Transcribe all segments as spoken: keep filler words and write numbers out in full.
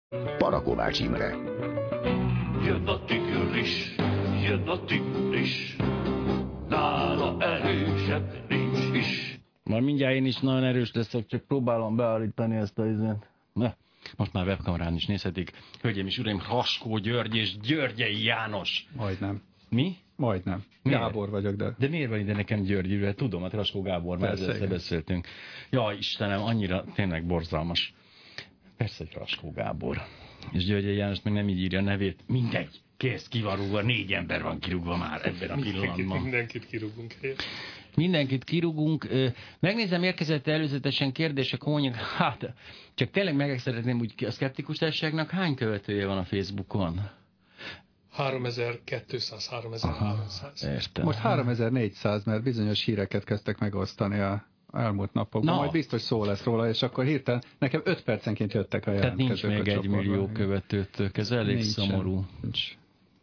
Parakovács Imre. Jön a tigris, jön a tigris, nála erősebb nincs is. Már mindjárt én is nagyon erős leszek, csak próbálom beállítani ezt a izent. Na, most már webkamerán is nézhetik. Hölgyeim és uraim, Raskó György és Györgyei János. Majdnem. Mi? Majdnem. Miért? Gábor vagyok, de... De miért van ide nekem György? Mert tudom, hát Raskó Gábor, már ezzel beszéltünk. Ja, Istenem, annyira tényleg borzalmas. Persze, hogy Raskó Gábor. És Györgyei János meg nem így írja a nevét. Mindegy. Kész, kivarulva, négy ember van kirúgva már ebben a pillanatban. Mindenkit kirúgunk. Mindenkit kirúgunk. Megnézem, érkezett előzetesen kérdése komolyan. Hát, csak tényleg meg szeretném úgy a szkeptikus társaságnak hány követője van a Facebookon? háromezer-kétszáz, háromezer-háromszáz. Értem. Most háromezer-négyszáz, mert bizonyos híreket kezdtek megosztani a elmúlt napokban. No. Majd biztos szó lesz róla, és akkor hirtelen nekem öt percenként jöttek a jelentkezők. Tehát nincs még egy millió követőtök, ez elég nincs, szomorú. Nincs.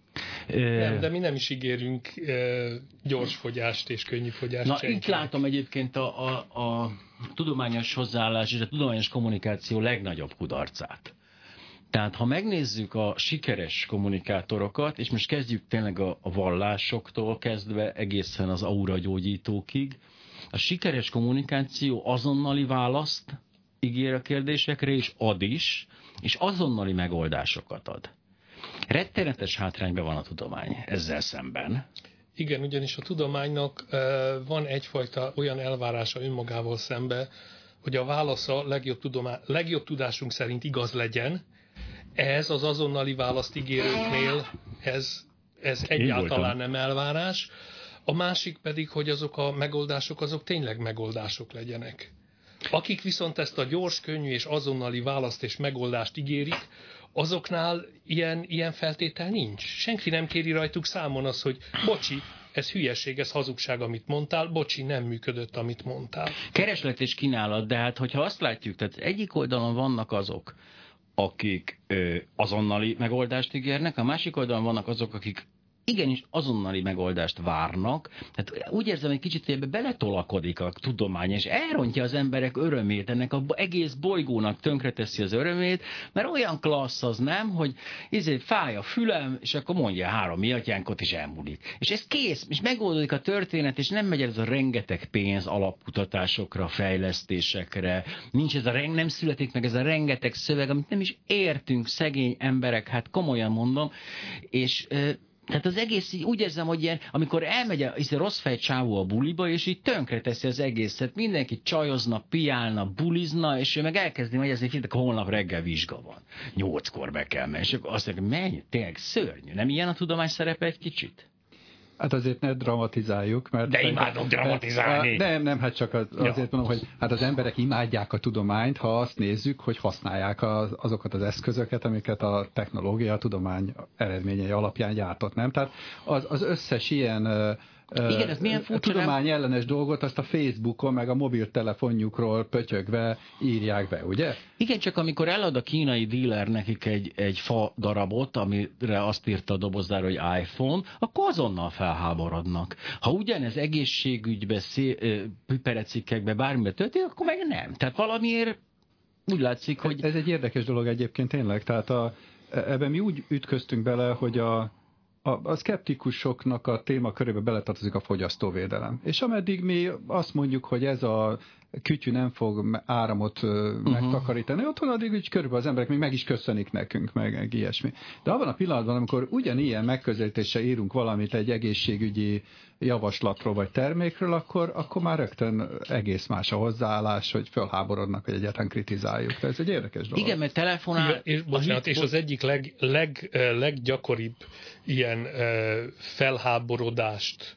Nem, de mi nem is ígérünk e, gyors fogyást és könnyű fogyást. Na, senkinek. Itt látom egyébként a, a, a tudományos hozzáállás és a tudományos kommunikáció legnagyobb kudarcát. Tehát, ha megnézzük a sikeres kommunikátorokat, és most kezdjük tényleg a, a vallásoktól kezdve egészen az auragyógyítókig, a sikeres kommunikáció azonnali választ ígér a kérdésekre, és ad is, és azonnali megoldásokat ad. Rettenetes hátrányban van a tudomány ezzel szemben. Igen, ugyanis a tudománynak uh, van egyfajta olyan elvárása önmagával szembe, hogy a válasza legjobb, tudomá- legjobb tudásunk szerint igaz legyen. Ez az azonnali választ ígérőknél, ez, ez egyáltalán nem elvárás. A másik pedig, hogy azok a megoldások, azok tényleg megoldások legyenek. Akik viszont ezt a gyors, könnyű és azonnali választ és megoldást ígérik, azoknál ilyen, ilyen feltétel nincs. Senki nem kéri rajtuk számon az, hogy bocsi, ez hülyeség, ez hazugság, amit mondtál, bocsi, nem működött, amit mondtál. Kereslet és kínálat, de hát hogyha azt látjuk, tehát egyik oldalon vannak azok, akik ö, azonnali megoldást ígérnek, a másik oldalon vannak azok, akik igenis azonnali megoldást várnak. Tehát úgy érzem, hogy kicsit ebbe beletolakodik a tudomány, és elrontja az emberek örömét, ennek az egész bolygónak tönkreteszi az örömét, mert olyan klassz az nem, hogy izé fáj a fülem, és akkor mondja három mi atyánkot, és elmúlik. És ez kész, és megoldódik a történet, és nem megy ez a rengeteg pénz alapkutatásokra, fejlesztésekre, nincs ez a reng, nem születik meg ez a rengeteg szöveg, amit nem is értünk, szegény emberek, hát komolyan mondom, és tehát az egész így úgy érzem, hogy ilyen, amikor elmegy a rossz fej csávó a buliba, és így tönkreteszi az egészet, mindenki csajozna, piálna, bulizna, és ő meg elkezdi megyezni, hogy holnap reggel vizsga van. Nyolckor be kell menni, és akkor azt mondja, menj, tényleg szörnyű. Nem ilyen a tudomány szerepe egy kicsit? Hát azért ne dramatizáljuk, mert... De imádom dramatizálni! Nem, nem, hát csak az, azért ja. mondom, hogy hát az emberek imádják a tudományt, ha azt nézzük, hogy használják az, azokat az eszközöket, amiket a technológia, a tudomány eredményei alapján gyártott, nem? Tehát az, az összes ilyen... Igen, ez milyen furcsa, tudomány ellenes dolgot azt a Facebookon, meg a mobiltelefonjukról pötyögve írják be, ugye? Igen, csak amikor elad a kínai díler nekik egy, egy fa darabot, amire azt írta a dobozára, hogy iPhone, akkor azonnal felháborodnak. Ha ugyanez egészségügybe, piperecikkekbe, bármibe történik, akkor meg nem. Tehát valamiért úgy látszik, hogy... Ez egy érdekes dolog egyébként tényleg. Tehát a, ebben mi úgy ütköztünk bele, hogy a A, a szkeptikusoknak a témakörébe beletartozik a fogyasztóvédelem. És ameddig mi azt mondjuk, hogy ez a kütyű nem fog áramot uh-huh. megtakarítani, otthon addig úgy körülbelül az emberek még meg is köszönik nekünk, meg, meg ilyesmi. De abban a pillanatban, amikor ugyanilyen megközelítéssel írunk valamit egy egészségügyi javaslatról vagy termékről, akkor, akkor már rögtön egész más a hozzáállás, hogy fölháborodnak, hogy egyáltalán kritizáljuk. Tehát ez egy érdekes dolog. Igen, mert telefonál... Ja, és, bocsánat, és az egyik leg, leg, leggyakoribb ilyen felháborodást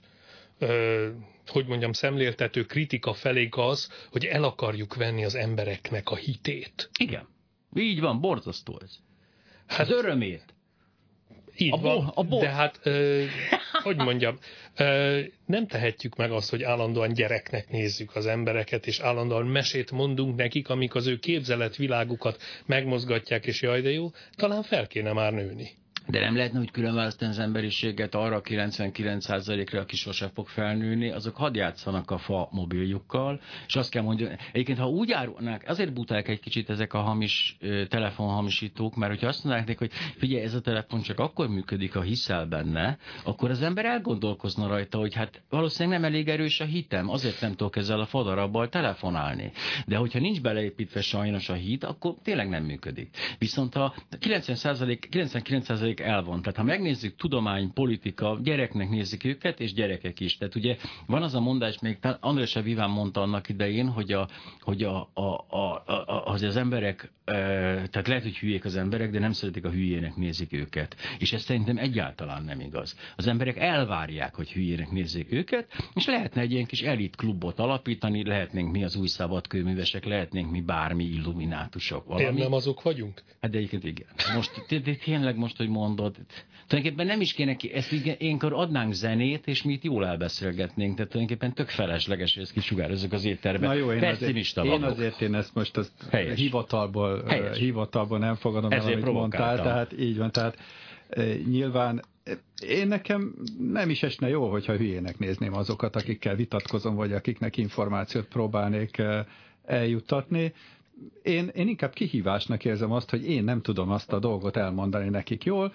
hogy mondjam, szemléltető kritika felé az, hogy el akarjuk venni az embereknek a hitét. Igen. Így van, borzasztó ez. Hát, az örömét. Így a van, bo- a de hát, ö, hogy mondjam, ö, nem tehetjük meg azt, hogy állandóan gyereknek nézzük az embereket, és állandóan mesét mondunk nekik, amik az ő képzeletvilágukat megmozgatják, és jaj, de jó, talán fel kéne már nőni. De nem lehetne úgy különválasztani az emberiséget arra a kilencvenkilenc százalékra, aki sose fog felnőni, azok hadd játszanak a fa mobiljukkal, és azt kell mondani, egyébként ha úgy árulnák, azért buták egy kicsit ezek a hamis telefonhamisítók, mert hogyha azt mondanák, hogy figyelj, ez a telefon csak akkor működik, ha hiszel benne, akkor az ember elgondolkozna rajta, hogy hát valószínűleg nem elég erős a hitem, azért nem tudok ezzel a fadarabbal telefonálni. De hogyha nincs beleépítve sajnos a hit, akkor tényleg nem működik. Viszont a kilencven százalék, kilencvenkilenc százalék elvon. Tehát ha megnézzük tudomány, politika, gyereknek nézik őket, és gyerekek is. Tehát ugye van az a mondás, még András Viván mondta annak idején, hogy, a, hogy a, a, a, a, az, az emberek, e, tehát lehet, hogy hülyék az emberek, de nem szeretik a hülyének nézik őket. És ez szerintem egyáltalán nem igaz. Az emberek elvárják, hogy hülyének nézzék őket, és lehetne egy ilyen kis elit klubot alapítani, lehetnénk mi az új szabadkőművesek, lehetnénk mi bármi illuminátusok. Valami. Én nem azok vagyunk? Hát de egyébként igen. Most tényleg most, hogy mondod, tulajdonképpen nem is kéne ki, ezt ilyenkor adnánk zenét, és mi itt jól elbeszélgetnénk, tehát tulajdonképpen tök felesleges, hogy ezt kisugározzuk az étterben. Na jó, én azért, én azért én ezt most azt hivatalból, hivatalból nem fogadom el, amit mondtál, tehát így van, tehát e, nyilván én nekem nem is esne jó, hogyha hülyének nézném azokat, akikkel vitatkozom, vagy akiknek információt próbálnék eljuttatni. Én, én inkább kihívásnak érzem azt, hogy én nem tudom azt a dolgot elmondani nekik jól.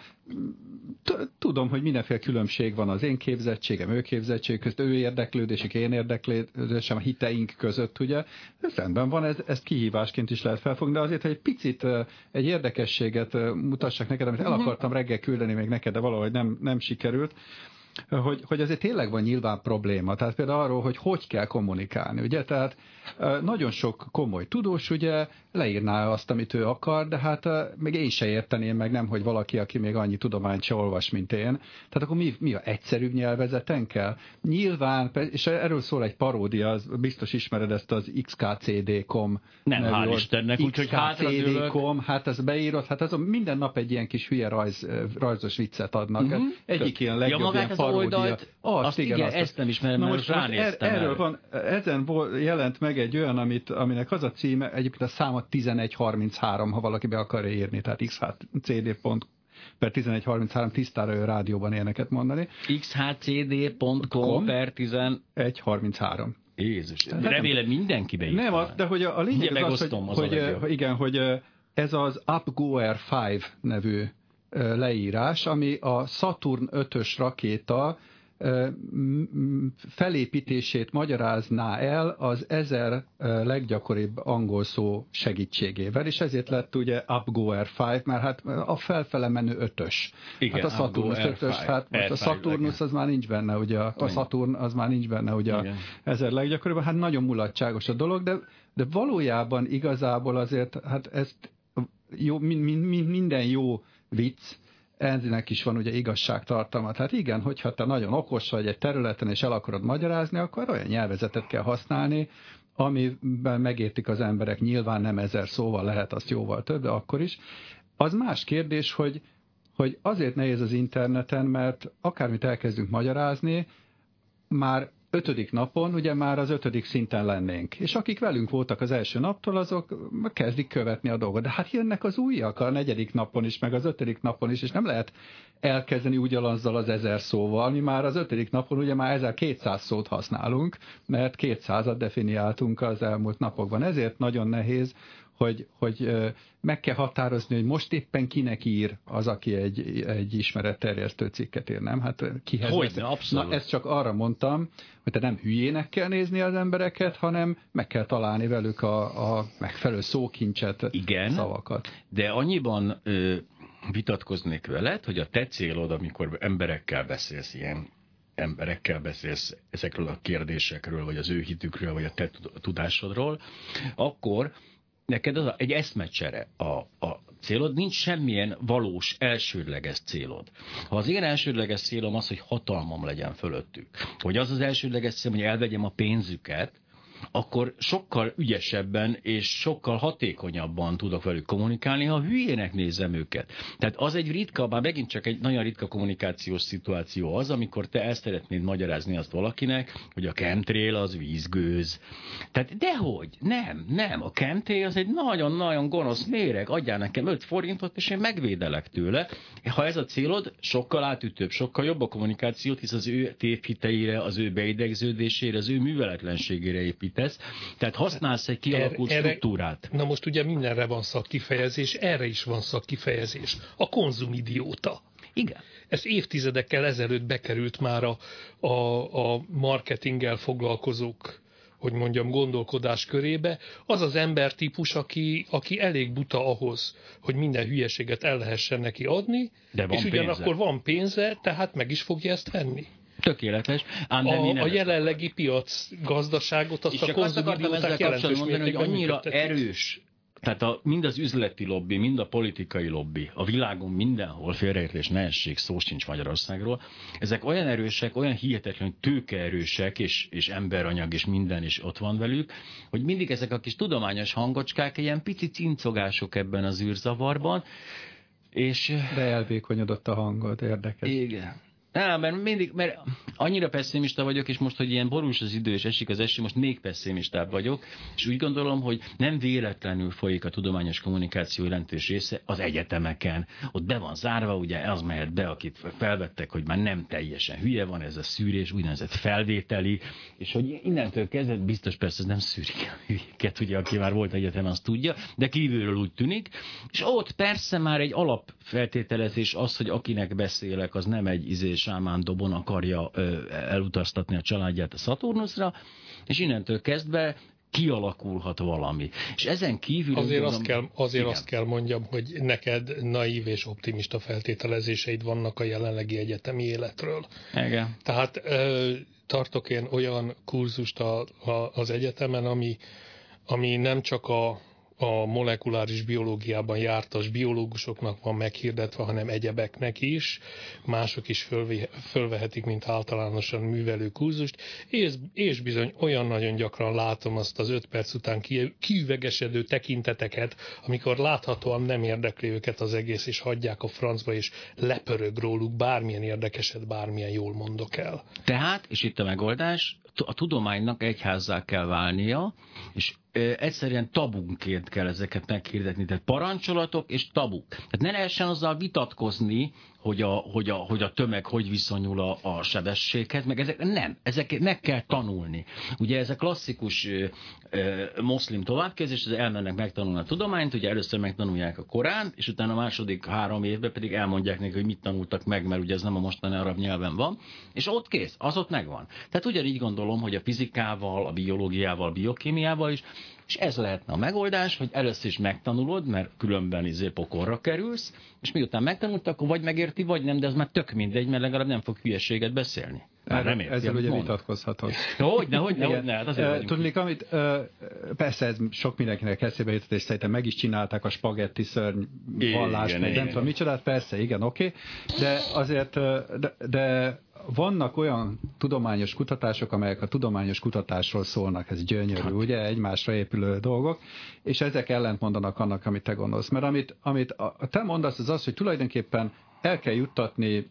Tudom, hogy mindenféle különbség van az én képzettségem, ő képzettség között, ő érdeklődésük, én érdeklődésem, a hiteink között, ugye. Ez rendben van, ez, ezt kihívásként is lehet felfogni, de azért, hogy egy picit egy érdekességet mutassak neked, amit el akartam reggel küldeni még neked, de valahogy nem, nem sikerült. Hogy, hogy azért tényleg van nyilván probléma. Tehát például arról, hogy hogy kell kommunikálni, ugye? Tehát nagyon sok komoly tudós, ugye, leírná azt, amit ő akar, de hát még én se érteném meg, nem, hogy valaki, aki még annyi tudományt se olvas, mint én. Tehát akkor mi, mi a egyszerűbb nyelvezeten kell? Nyilván, és erről szól egy paródia, az biztos ismered ezt az iksz ká cé dé pont com. Nem, hál' Istennek, úgyhogy hátradőlök. Hát ezt beírod, hát azon minden nap egy ilyen kis hülye rajz, rajzos viccet adnak. Uh-huh. Egyik ilyen legjobb ja, ilyen paródia. Oldalt, azt, azt igen, igen azt, ezt nem ismerem, mert most ránéztem er, Erről van, ezen jelent meg egy olyan, amit, aminek az a címe, egyébként a száma tizenegy harminchárom, ha valaki be akarja írni, tehát iksz há cé dé pont per tizenegy harminchárom, tisztára ő rádióban éneket mondani. iksz há cé dé pont com per tizenegy harminchárom. Jézus, remélem mindenki beírta. Nem, az, de hogy a, a lényeg az, az, hogy, az hogy, hogy igen, hogy ez az UpGoer öt nevű leírás, ami a Saturn ötös rakéta felépítését magyarázná el az ezer leggyakoribb angol szó segítségével, és ezért lett ugye UpGoer öt, mert hát a felfele menő ötös. Igen, hát a Saturnus ötös, hát most a Saturnus az már nincs benne, ugye a Saturn az már nincs benne, ugye a ezer leggyakoribb, hát nagyon mulatságos a dolog, de, de valójában igazából azért, hát ezt jó, min, min, minden jó vicc, ennek is van ugye igazságtartalma. Tehát igen, hogyha te nagyon okos vagy egy területen, és el akarod magyarázni, akkor olyan nyelvezetet kell használni, amiben megértik az emberek. Nyilván nem ezer szóval, lehet azt jóval több, de akkor is. Az más kérdés, hogy, hogy azért nehéz az interneten, mert akármit elkezdünk magyarázni, már ötödik napon ugye már az ötödik szinten lennénk. És akik velünk voltak az első naptól, azok kezdik követni a dolgot. De hát jönnek az újak a negyedik napon is, meg az ötödik napon is, és nem lehet elkezdeni ugyanazzal az ezer szóval, mi már az ötödik napon ugye már ezerkétszáz szót használunk, mert kétszázat definiáltunk az elmúlt napokban. Ezért nagyon nehéz, hogy, hogy meg kell határozni, hogy most éppen kinek ír az, aki egy, egy ismeretterjesztő cikket ír, nem? Hát kihez? Hogyne, abszolút. Na, ezt csak arra mondtam, hogy te nem hülyének kell nézni az embereket, hanem meg kell találni velük a, a megfelelő szókincset, igen, szavakat. De annyiban ö, vitatkoznék veled, hogy a te célod, amikor emberekkel beszélsz, ilyen emberekkel beszélsz ezekről a kérdésekről, vagy az ő hitükről, vagy a te tudásodról, akkor neked az a, egy eszmecsere a, a célod, nincs semmilyen valós elsődleges célod. Ha az én elsődleges célom az, hogy hatalmam legyen fölöttük, hogy az az elsődleges célom, hogy elvegyem a pénzüket, akkor sokkal ügyesebben és sokkal hatékonyabban tudok velük kommunikálni, ha hülyének nézem őket. Tehát az egy ritka, bár megint csak egy nagyon ritka kommunikációs szituáció az, amikor te ezt szeretnéd magyarázni azt valakinek, hogy a chemtrail az vízgőz. Tehát dehogy, nem, nem, a chemtrail az egy nagyon-nagyon gonosz méreg, adjál nekem öt forintot, és én megvédelek tőle. Ha ez a célod, sokkal átütőbb, sokkal jobb a kommunikációt, hisz az ő tévhiteire, az ő beidegződésére, az ő műveletlenségére építesz. Tehát használsz egy kialakult erre, struktúrát. Na most ugye mindenre van szakkifejezés, erre is van szakkifejezés. A konzumidióta. Igen. Ez évtizedekkel ezelőtt bekerült már a, a, a marketinggel foglalkozók, hogy mondjam, gondolkodás körébe. Az az embertípus, aki, aki elég buta ahhoz, hogy minden hülyeséget el lehessen neki adni, De van és ugyanakkor pénze. van pénze, tehát meg is fogja ezt venni. Tökéletes. Ám de mi A, nem a ezt jelenlegi piac gazdaságot, azt És a csak azt akartam konzumidióták ezzel jelentős kapcsolatban mondani, hogy mértékben annyira működtetik. erős, tehát a, mind az üzleti lobby, mind a politikai lobby, a világon mindenhol félreértés ne essék, szó sincs Magyarországról. Ezek olyan erősek, olyan hihetetlen tőkeerősek, és, és emberanyag, és minden is ott van velük, hogy mindig ezek a kis tudományos hangocskák, ilyen pici cincogások ebben az űrzavarban, és... De elvékonyodott a hangod, érdekes. Igen. Nem, mert mindig, mert annyira pessimista vagyok, és most, hogy ilyen borús az idő, és esik az eső, most még pessimistább vagyok, és úgy gondolom, hogy nem véletlenül folyik a tudományos kommunikáció jelentős része az egyetemeken. Ott be van zárva, ugye az mehet be, akit felvettek, hogy már nem teljesen hülye van, ez a szűrés, úgynevezett felvételi, és hogy innentől kezdve, biztos persze ez nem szűrik a hülyéket, ugye, aki már volt egyetemen, azt tudja, de kívülről úgy tűnik, és ott persze már egy alapfeltételezés az, hogy akinek beszélek, az nem egy izés sámán dobon akarja ö, elutaztatni a családját a Szaturnuszra, és innentől kezdve kialakulhat valami. És ezen kívül... Azért, gondolom, azt kell, azért igen. azt kell mondjam, hogy neked naív és optimista feltételezéseid vannak a jelenlegi egyetemi életről. Igen. Tehát ö, tartok én olyan kurzust a, a, az egyetemen, ami, ami nem csak a a molekuláris biológiában jártas biológusoknak van meghirdetve, hanem egyebeknek is. Mások is fölve, fölvehetik, mint általánosan művelő kurzust, és, és bizony olyan nagyon gyakran látom azt az öt perc után kiüvegesedő tekinteteket, amikor láthatóan nem érdekli őket az egész, és hagyják a francba, és lepörög róluk bármilyen érdekeset, bármilyen jól mondok el. Tehát, és itt a megoldás, a tudománynak egyházzá kell válnia, és ö, egyszerűen tabunként kell ezeket meghirdetni. Tehát parancsolatok és tabuk. Tehát ne lehessen azzal vitatkozni, hogy a, hogy a, hogy a tömeg hogy viszonyul a, a sebességhez, meg ezek nem, ezeket meg kell tanulni. Ugye ez a klasszikus ö, ö, moszlim továbbképzés, ez elmennek megtanulni a tudományt, ugye először megtanulják a Koránt, és utána a második három évben pedig elmondják neki, hogy mit tanultak meg, mert ugye ez nem a mostani arab nyelven van, és ott kész, az ott megvan. Tehát ugyanígy gondolom, hogy a fizikával, a biológiával, a biokémiával is, és ez lehetne a megoldás, hogy először is megtanulod, mert különben izé pokolra kerülsz, és miután megtanultad, akkor vagy megérti, vagy nem, de az már tök mindegy, mert legalább nem fog hülyeséget beszélni. Már nem érti, ezzel ugye mondom. Vitatkozhatod. Hogyne, hogyne, hogyne, hát azért vagyunk. Tudnék, amit persze ez sok mindenkinek eszébe jutott, és szerintem meg is csinálták a spagetti szörny vallást, meg nem tudom micsodát, persze, igen, oké, de azért, de, de vannak olyan tudományos kutatások, amelyek a tudományos kutatásról szólnak, ez gyönyörű, ugye, egymásra épülő dolgok, és ezek ellentmondanak annak, amit te gondolsz. Mert amit, amit a, te mondasz, az az, hogy tulajdonképpen el kell juttatni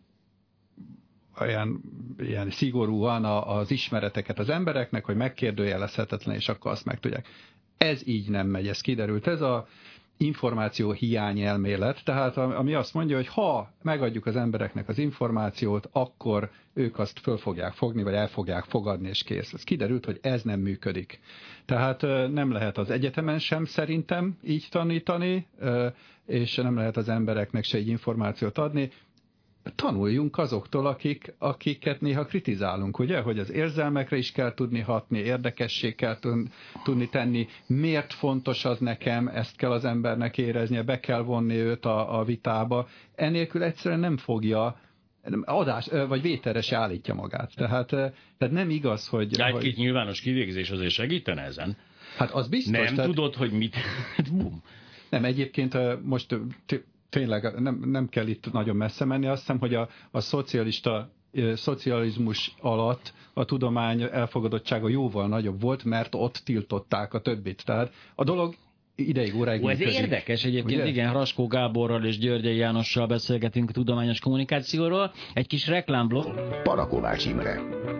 olyan ilyen szigorúan az ismereteket az embereknek, hogy megkérdőjelezhetetlen, és akkor azt megtudják. Ez így nem megy, ez kiderült. Ez a információ hiány elmélet, tehát ami azt mondja, hogy ha megadjuk az embereknek az információt, akkor ők azt föl fogják fogni, vagy el fogják fogadni, és kész. Ez kiderült, hogy ez nem működik. Tehát nem lehet az egyetemen sem szerintem így tanítani, és nem lehet az embereknek se így információt adni. Tanuljunk azoktól, akik, akiket néha kritizálunk, ugye? Hogy az érzelmekre is kell tudni hatni, érdekessé kell tudni tenni, miért fontos az nekem, ezt kell az embernek éreznie, be kell vonni őt a, a vitába. Enélkül egyszerűen nem fogja, adás, vagy vételre se állítja magát. Tehát, tehát nem igaz, hogy... De egy-két hogy... nyilvános kivégzés azért segítene ezen. Hát az biztos. Nem tehát... tudod, hogy mit... Bum. Nem, egyébként most... tényleg nem, nem kell itt nagyon messze menni, azt hiszem, hogy a, a szocialista szocializmus alatt a tudomány elfogadottsága jóval nagyobb volt, mert ott tiltották a többit. Tehát a dolog ideig, óráig Ó, ez működik. érdekes egyébként, ugye? Igen, Raskó Gáborral és Györgyei Jánossal beszélgetünk a tudományos kommunikációról. Egy kis reklámblokk. Parakovács Imre.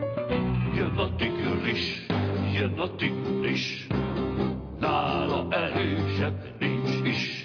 Jön a tigris, jön a tigris, nála erősebb nincs is.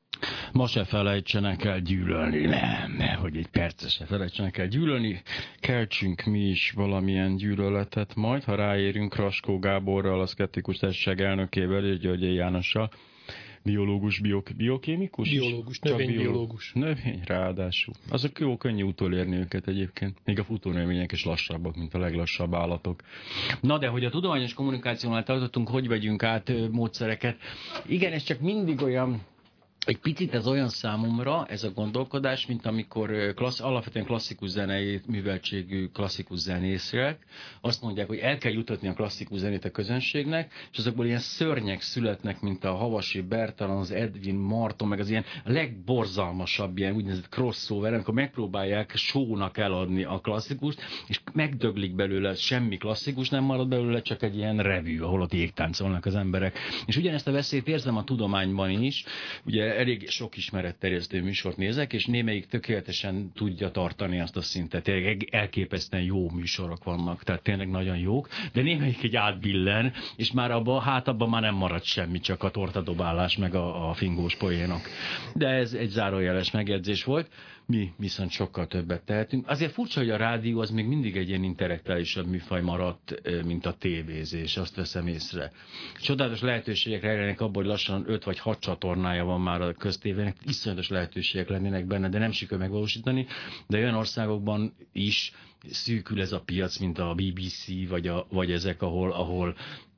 Ma se felejtsenek el gyűlölni, nem, hogy egy percre se felejtsenek el gyűlölni. Keltsünk mi is valamilyen gyűlöletet majd, ha ráérünk Raskó Gáborral, a Szkeptikus Társaság elnökével és Györgyei Jánossal. Biológus, biok, biokémikus? Biológus, növénybiológus. Növény, ráadásul. Azok jó, könnyű utolérni őket egyébként. Még a futónövények is lassabbak, mint a leglassabb állatok. Na de, hogy a tudományos kommunikációnál tartottunk, hogy vegyünk át módszereket. Igen, ez csak mindig olyan... Egy picit ez olyan számomra, ez a gondolkodás, mint amikor klassz, alapvetően klasszikus zenei műveltségű klasszikus zenészek azt mondják, hogy el kell jutatni a klasszikus zenét a közönségnek, és azokból ilyen szörnyek születnek, mint a Havasi Bertalan, az Edwin Marton, meg az ilyen legborzalmasabb ilyen úgynevezett crossover, amikor megpróbálják show-nak eladni a klasszikust, és megdöglik belőle, semmi klasszikus nem marad belőle, csak egy ilyen revű, ahol ott jégtáncolnak az emberek. És ugyanezt a veszélyt érzem a tudományban is, ugye elég sok ismeretterjesztő műsort nézek, és némelyik tökéletesen tudja tartani azt a szintet. Tényleg elképesztően jó műsorok vannak, tehát tényleg nagyon jók, de némelyik egy átbillen, és már abban, hát abban már nem marad semmi, csak a tortadobálás, meg a, a fingós poénok. De ez egy zárójeles megjegyzés volt. Mi viszont sokkal többet tehetünk. Azért furcsa, hogy a rádió az még mindig egy ilyen intellektuálisabb műfaj maradt, mint a tévézés, azt veszem észre. Csodálatos lehetőségek rejlenek abban, hogy lassan öt vagy hat csatornája van már a köztévének, iszonyatos lehetőségek lennének benne, de nem sikerül megvalósítani, de olyan országokban is szűkül ez a piac, mint a bé bé cé, vagy, a, vagy ezek, ahol, ahol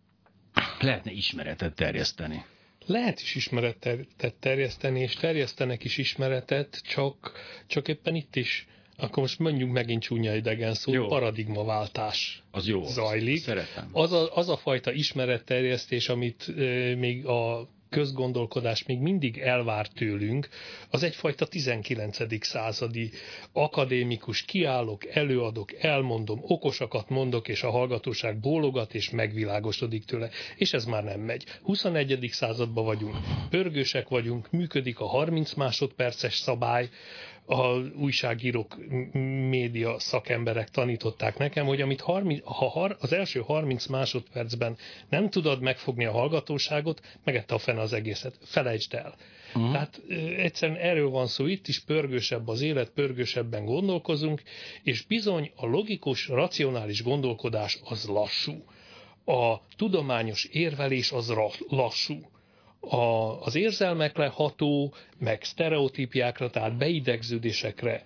lehetne ismeretet terjeszteni. Lehet is ismeretet terjeszteni, és terjesztenek is ismeretet, csak, csak éppen itt is, akkor most mondjuk megint csúnya idegen szó, jó. Paradigmaváltás az jó, zajlik. Szeretem. Az a, az a fajta ismeretterjesztés, amit e, még a közgondolkodás még mindig elvár tőlünk, az egyfajta tizenkilencedik századi akadémikus, kiállok, előadok, elmondom, okosakat mondok, és a hallgatóság bólogat, és megvilágosodik tőle. És ez már nem megy. huszonegyedik században vagyunk, pörgősek vagyunk, működik a harminc másodperces szabály, a újságírók, média szakemberek tanították nekem, hogy amit harminc, ha az első harminc másodpercben nem tudod megfogni a hallgatóságot, megette a fene az egészet. Felejtsd el. Uh-huh. Tehát egyszerűen erről van szó, itt is pörgősebb az élet, pörgősebben gondolkozunk, és bizony a logikus, racionális gondolkodás az lassú. A tudományos érvelés az lassú. A, az érzelmekre ható, meg sztereotípiákra, tehát beidegződésekre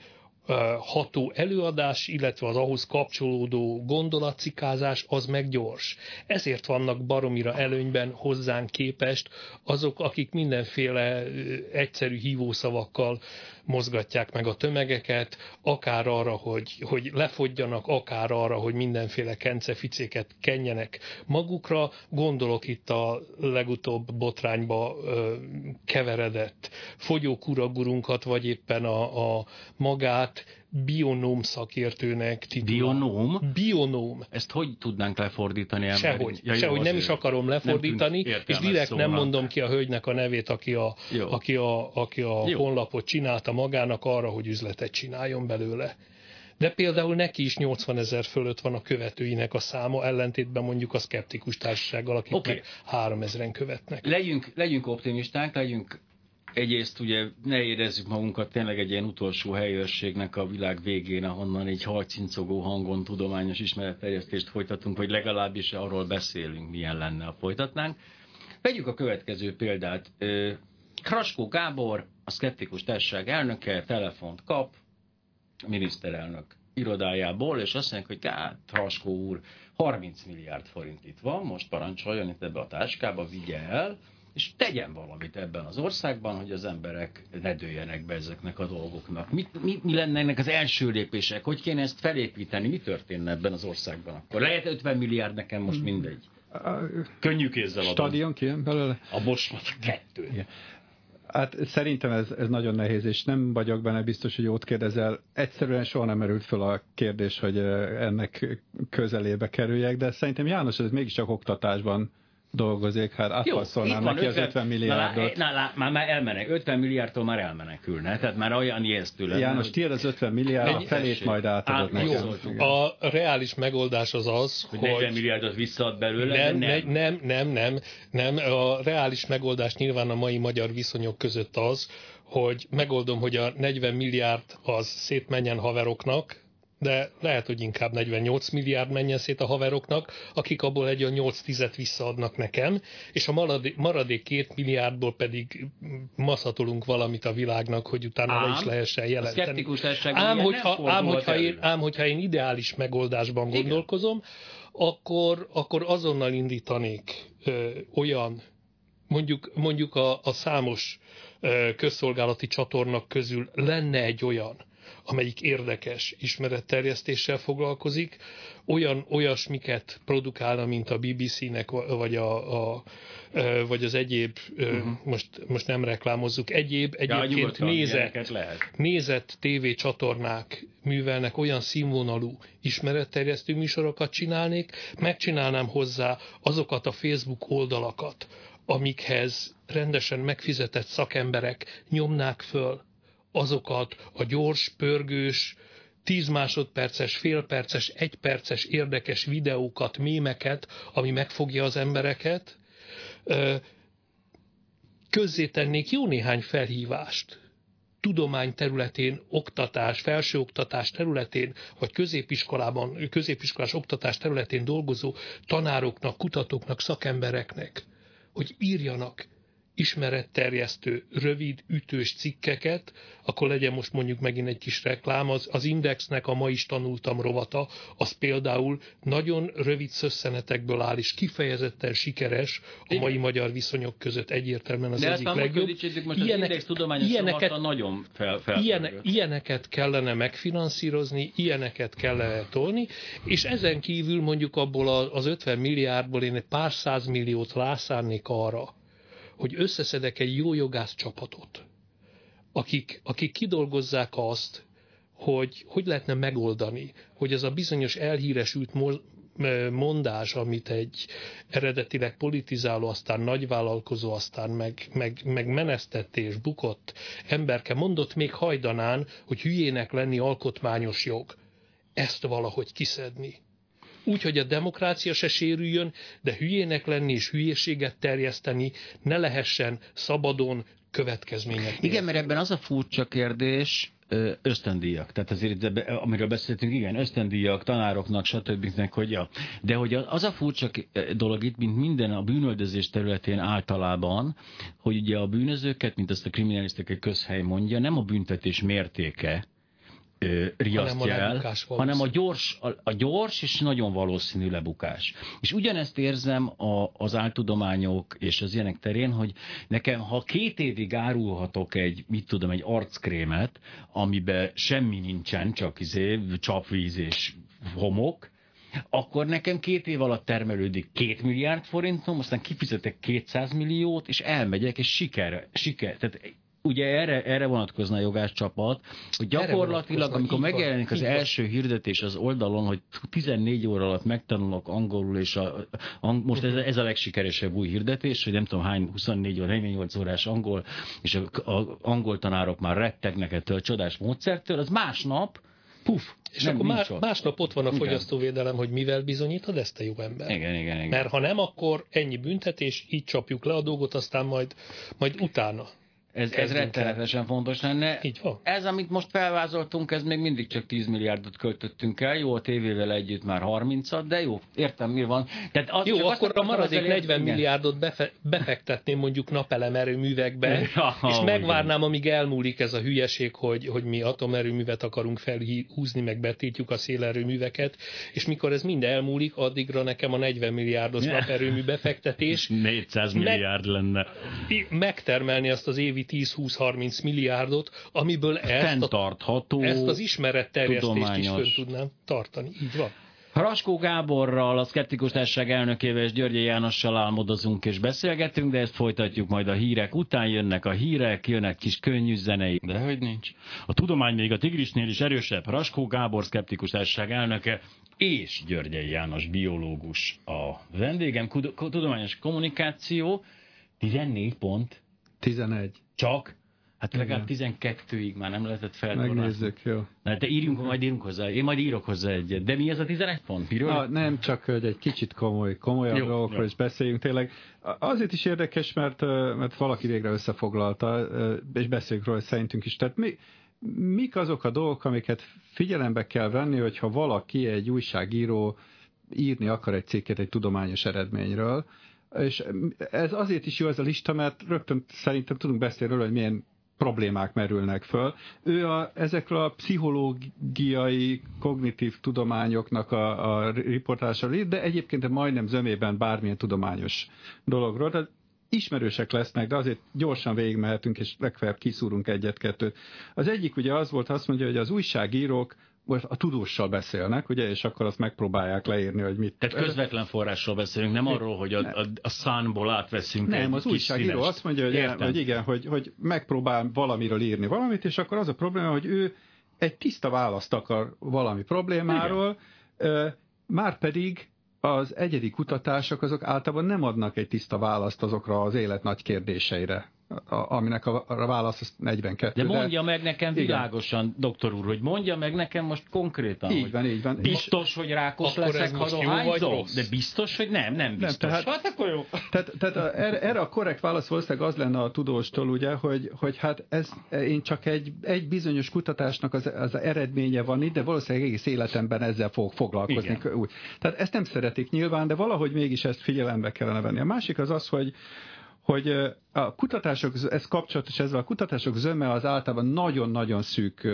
ható előadás, illetve az ahhoz kapcsolódó gondolatcikázás, az meg gyors. Ezért vannak baromira előnyben hozzánk képest azok, akik mindenféle egyszerű hívószavakkal mozgatják meg a tömegeket, akár arra, hogy, hogy lefogyjanak, akár arra, hogy mindenféle kenceficéket kenjenek magukra. Gondolok itt a legutóbb botrányba ö, keveredett fogyókuragurunkat, vagy éppen a, a magát bionóm szakértőnek titulál. Bionóm? Bionóm. Ezt hogy tudnánk lefordítani? Sehogy. Ja, Sehogy nem is akarom lefordítani, és direkt nem mondom ki a hölgynek a nevét, aki a, aki a, aki a honlapot csinálta magának arra, hogy üzletet csináljon belőle. De például neki is nyolcvanezer fölött van a követőinek a száma, ellentétben mondjuk a Szkeptikus Társasággal, akik okay. meg háromezren követnek. Legyünk, legyünk optimisták, legyünk egyrészt ugye ne érezzük magunkat tényleg egy ilyen utolsó helyőrségnek a világ végén, ahonnan egy halcincogó hangon tudományos ismeretterjesztést folytatunk, vagy legalábbis arról beszélünk, milyen lenne, ha folytatnánk. Vegyük a következő példát. Raskó Gábor, a Szkeptikus Társaság elnöke, telefont kap a miniszterelnök irodájából, és azt mondják, hogy hát, Raskó úr, harminc milliárd forint itt van, most parancsoljon itt ebbe a táskába, vigye el, és tegyen valamit ebben az országban, hogy az emberek ne dőljenek be ezeknek a dolgoknak. Mi, mi, mi lenne ennek az első lépések? Hogy kéne ezt felépíteni? Mi történne ebben az országban akkor? Lehet ötven milliárd, nekem most mindegy. Könnyű kézzel adom. Stadion kijön belőle? A most kettő. Igen. Hát szerintem ez, ez nagyon nehéz, és nem vagyok benne biztos, hogy jót kérdezel. Egyszerűen soha nem merült föl a kérdés, hogy ennek közelébe kerüljek, de szerintem János, ez mégiscsak oktatásban dolgozik, hát átpasszolnám neki az ötven milliárdot. Na, na, már, már elmenek, ötven milliárdtól már elmenekülne, tehát már olyan ijesztő lenne. János, tiéd az ötven milliárd, a felét majd átadod nekem. A reális megoldás az az, hogy... hogy negyven milliárdot visszaad belőle, nem, nem. Nem, nem, nem, nem. A reális megoldás nyilván a mai magyar viszonyok között az, hogy megoldom, hogy a negyven milliárd az szétmenjen haveroknak, de lehet, hogy inkább negyvennyolc milliárd menjen szét a haveroknak, akik abból egy a nyolc tizet visszaadnak nekem, és a maradék, maradék két milliárdból pedig maszatolunk valamit a világnak, hogy utána ám, le is lehessen jelenteni. Ám hogyha, ám, hogyha én, ám hogyha én ideális megoldásban igen. gondolkozom, akkor, akkor azonnal indítanék ö, olyan, mondjuk, mondjuk a, a számos ö, közszolgálati csatornak közül lenne egy olyan, amelyik érdekes ismeretterjesztéssel foglalkozik, olyan olyasmiket produkálna, mint a bé bé cé-nek, vagy, a, a, vagy az egyéb, uh-huh. most, most nem reklámozzuk, egyéb, egyébként ja, nézett, nézett tévécsatornák művelnek olyan színvonalú ismeretterjesztő műsorokat csinálnék, megcsinálnám hozzá azokat a Facebook oldalakat, amikhez rendesen megfizetett szakemberek nyomnák föl azokat a gyors, pörgős, tíz másodperces, félperces, egyperces érdekes videókat, mémeket, ami megfogja az embereket. Közzétennék jó néhány felhívást tudomány területén, oktatás, felsőoktatás területén, vagy középiskolában, középiskolás oktatás területén dolgozó tanároknak, kutatóknak, szakembereknek, hogy írjanak ismeretterjesztő, rövid, ütős cikkeket, akkor legyen most mondjuk megint egy kis reklám, az, az Indexnek a Ma is tanultam rovata, az például nagyon rövid szösszenetekből áll, és kifejezetten sikeres a igen. mai magyar viszonyok között egyértelműen az de egyik legjobb. Most ilyenek, az Index tudományos ilyeneket, nagyon fel, fel ilyen, ilyeneket kellene megfinanszírozni, ilyeneket kellene tolni, és ezen kívül mondjuk abból az ötven milliárdból én egy pár százmilliót rászánnék arra, hogy összeszedek egy jó jogász csapatot, akik, akik kidolgozzák azt, hogy hogy lehetne megoldani, hogy ez a bizonyos elhíresült mondás, amit egy eredetileg politizáló, aztán nagyvállalkozó, aztán meg, meg, meg menesztett és bukott emberke mondott még hajdanán, hogy hülyének lenni alkotmányos jog. Ezt valahogy kiszedni. Úgy, hogy a demokrácia se sérüljön, de hülyének lenni és hülyeséget terjeszteni ne lehessen szabadon következmények. Igen, mert ebben az a furcsa kérdés, ösztöndíjak. Tehát azért, amiről beszéltünk, igen, ösztöndíjak, tanároknak, stb. Hogy ja. De hogy az a furcsa dolog itt, mint minden a bűnöldözés területén általában, hogy ugye a bűnözőket, mint azt a kriminalisztikai közhely mondja, nem a büntetés mértéke, riasztja el, hanem a gyors, a, a gyors és nagyon valószínű lebukás. És ugyanezt érzem a, az áltudományok és az ilyenek terén, hogy nekem, ha két évig árulhatok egy, mit tudom, egy arckrémet, amiben semmi nincsen, csak izé, csapvíz és homok, akkor nekem két év alatt termelődik két milliárd forintom, aztán kifizetek kétszáz milliót, és elmegyek, és siker, siker. Tehát ugye erre, erre vonatkozna a jogászcsapat, hogy gyakorlatilag, amikor megjelenik az első hirdetés az oldalon, hogy tizennégy óra alatt megtanulok angolul, és a, a, most ez, ez a legsikeresebb új hirdetés, hogy nem tudom hány, huszonnégy vagy negyvennyolc órás angol, és a, a angol tanárok már rettegnek ettől a csodás módszertől, az másnap, puf, és nem, akkor más, másnap ott van a fogyasztóvédelem, hogy mivel bizonyítod ezt a jó ember. Igen, igen, igen. Mert ha nem, akkor ennyi büntetés, így csapjuk le a dolgot, aztán majd, majd utána. Ez, ez rettenetesen fontos lenne. Így van. Ez, amit most felvázoltunk, ez még mindig csak tíz milliárdot költöttünk el. Jó, a tévével együtt már harmincat, de jó, értem, mi van. Tehát az, jó, akkor a maradék negyven milliárdot befe- befektetném mondjuk napelemerőművekbe, ja, és megvárnám, amíg elmúlik ez a hülyeség, hogy, hogy mi atomerőművet akarunk felhúzni, meg betiltjuk a szélerőműveket, és mikor ez mind elmúlik, addigra nekem a negyven milliárdos naperőmű befektetés négyszáz milliárd meg, lenne. Megtermelni azt az évi tíz-húsz-harminc milliárdot, amiből ezt, a, ezt az ismeretterjesztést is fönn tudnám tartani. Így van. Raskó Gáborral, a Szkeptikus Társaság elnökével és Györgyi Jánossal álmodozunk és beszélgetünk, de ezt folytatjuk majd a hírek után. Jönnek a hírek, jönnek kis könnyű zenei. De hogy nincs. A tudomány még a tigrisnél is erősebb. Raskó Gábor, Szkeptikus Társaság elnöke, és Györgyi János, biológus a vendégem. Tudományos kommunikáció, tizennégy pont. tizenegy. Csak? Hát legalább Igen. tizenkettőig már nem lehetett feltornászni. Megnézzük, jó. Na, de írjunk, majd írunk hozzá. Én majd írok hozzá egyet. De mi ez a tizenegy pont? Miről? Na, nem csak, hogy egy kicsit komoly, komolyabb Jó, dolgokról jó. is beszéljünk tényleg. Azért is érdekes, mert, mert valaki végre összefoglalta, és beszéljünk róla szerintünk is. Tehát mi, mik azok a dolgok, amiket figyelembe kell venni, hogyha valaki, egy újságíró írni akar egy cikket egy tudományos eredményről, és ez azért is jó ez a lista, mert rögtön szerintem tudunk beszélni róla, hogy milyen problémák merülnek föl. Ő a, ezekről a pszichológiai, kognitív tudományoknak a, a riportásra ír, de egyébként majdnem zömében bármilyen tudományos dologról. Tehát ismerősek lesznek, de azért gyorsan végigmehetünk, és legfeljebb kiszúrunk egyet-kettőt. Az egyik ugye az volt, azt mondja, hogy az újságírók a tudóssal beszélnek, ugye, és akkor azt megpróbálják leírni, hogy mit... Tehát közvetlen forrásról beszélünk, nem arról, hogy a, a, a Sunból átveszünk Nem, egy az kis újságíró színest. azt mondja, hogy, hogy igen, hogy, hogy megpróbál valamiről írni valamit, és akkor az a probléma, hogy ő egy tiszta választ akar valami problémáról, már pedig az egyedi kutatások azok általában nem adnak egy tiszta választ azokra az élet nagy kérdéseire, a, aminek a, a válasz az negyvenkettő. De mondja de... meg nekem világosan, igen. Doktor úr, hogy mondja meg nekem most konkrétan, így hogy van, így van. biztos, hogy rákos akkor leszek, ha dohányzom? De biztos, hogy nem, nem biztos. Nem, tehát, hát akkor jó. Tehát, tehát a, erre a korrekt válasz valószínűleg az lenne a tudóstól, ugye, hogy, hogy hát ez én csak egy, egy bizonyos kutatásnak az, az eredménye van itt, de valószínűleg egész életemben ezzel fog foglalkozni. Úgy. Tehát ezt nem szeretik nyilván, de valahogy mégis ezt figyelembe kellene venni. A másik az az, hogy hogy a kutatások, ez kapcsolatos ezzel, a kutatások zöme az általában nagyon-nagyon szűk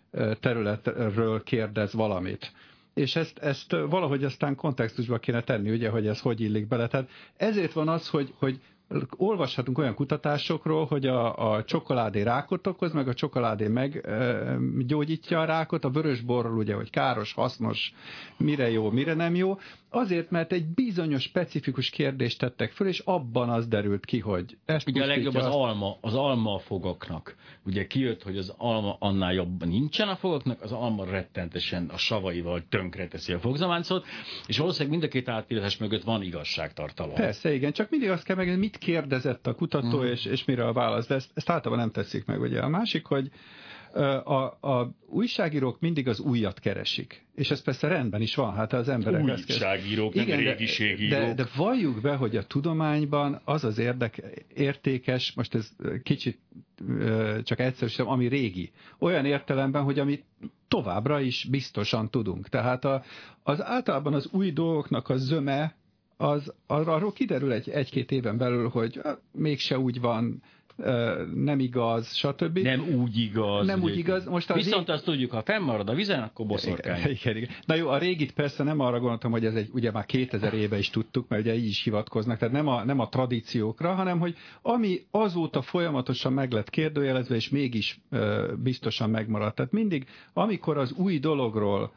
területről kérdez valamit. És ezt, ezt valahogy aztán kontextusba kéne tenni, ugye, hogy ez hogy illik bele. Tehát ezért van az, hogy, hogy olvashatunk olyan kutatásokról, hogy a, a csokoládé rákot okoz, meg a csokoládé meggyógyítja a rákot, a vörösborról ugye, hogy káros, hasznos, mire jó, mire nem jó. Azért, mert egy bizonyos specifikus kérdést tettek föl, és abban az derült ki, hogy ezt ugye a legjobb az azt... alma, az alma a fogaknak. Ugye kijött, hogy az alma annál jobban nincsen a fogaknak, az alma rettentesen a savaival tönkreteszi a fogzamáncot, és valószínűleg mind a két átírás mögött van igazságtartalom. Persze, igen, csak mindig azt kell meg, mit kérdezett a kutató, mm. és, és mire a válasz, de ezt, ezt általában nem teszik meg. Ugye a másik, hogy a, a újságírók mindig az újat keresik. És ez persze rendben is van, hát az emberek... Újságírók, nem régiségírók. De, de valljuk be, hogy a tudományban az az érdek, értékes, most ez kicsit csak egyszerűsítem, ami régi. Olyan értelemben, hogy amit továbbra is biztosan tudunk. Tehát a, az általában az új dolgoknak a zöme, az, arról kiderül egy, egy-két éven belül, hogy mégse úgy van, nem igaz, stb. Nem úgy igaz. Nem úgy igaz. Most az Viszont ég... azt tudjuk, ha fennmarad a vizen, akkor boszorkány. Igen, igen, igen. Na jó, a régit persze nem arra gondoltam, hogy ez egy, ugye már kétezer éve is tudtuk, mert ugye így is hivatkoznak, tehát nem a, nem a tradíciókra, hanem hogy ami azóta folyamatosan meg lett kérdőjelezve, és mégis uh, biztosan megmaradt. Tehát mindig, amikor az új dologról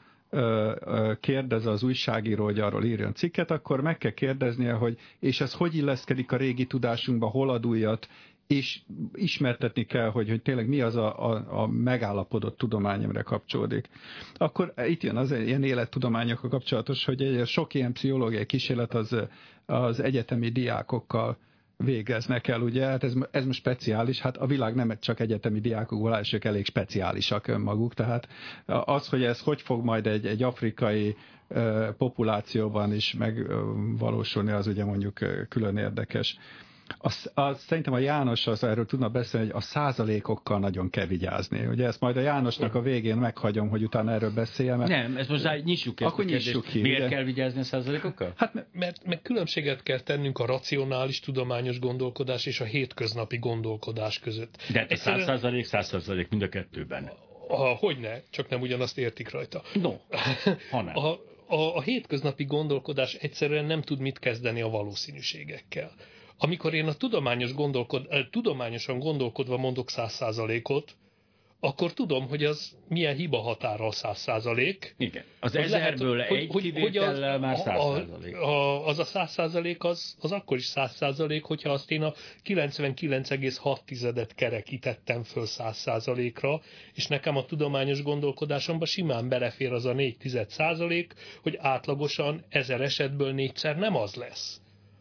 kérdez az újságíró, hogy arról írjon cikket, akkor meg kell kérdeznie, hogy és ez hogy illeszkedik a régi tudásunkba, hol ad újat, és ismertetni kell, hogy, hogy tényleg mi az a, a, a megállapodott tudomány, amire kapcsolódik. Akkor itt jön az ilyen élettudományokkal kapcsolatos, hogy egy sok ilyen pszichológiai kísérlet az, az egyetemi diákokkal végeznek el, ugye, hát ez, ez most speciális, hát a világ nem csak egyetemi diákokból áll, és ők elég speciálisak önmaguk, tehát az, hogy ez hogy fog majd egy, egy afrikai uh, populációban is megvalósulni, az ugye mondjuk külön érdekes. Az, az, szerintem a János az erről tudna beszélni, hogy a százalékokkal nagyon kell vigyázni. Ugye ezt majd a Jánosnak a végén meghagyom, hogy utána erről beszéljem. Mert... Nem, ezt most nyissuk ezt. Akkor nyissuk ki. Miért ugye? kell vigyázni a százalékokkal? Hát mert, mert, mert különbséget kell tennünk a racionális tudományos gondolkodás és a hétköznapi gondolkodás között. De hát a száz százalék, száz százalék mind a kettőben. A, hogyne, csak nem ugyanazt értik rajta. No, ha nem. A, a, a hétköznapi gondolkodás egyszerűen nem tud mit kezdeni a valószínűségekkel. Amikor én a tudományos gondolkod, tudományosan gondolkodva mondok száz százalékot, akkor tudom, hogy az milyen hiba határral száz százalék. Igen. Az ezerből lehet, egy hogy, kivétellel az, már száz százalék. A, az a száz százalék az, az akkor is száz százalék, hogyha azt én a kilencvenkilenc egész hat tizedet kerekítettem föl száz százalékra, és nekem a tudományos gondolkodásomban simán belefér az a négy tized százalék, hogy átlagosan ezer esetből négyszer nem az lesz.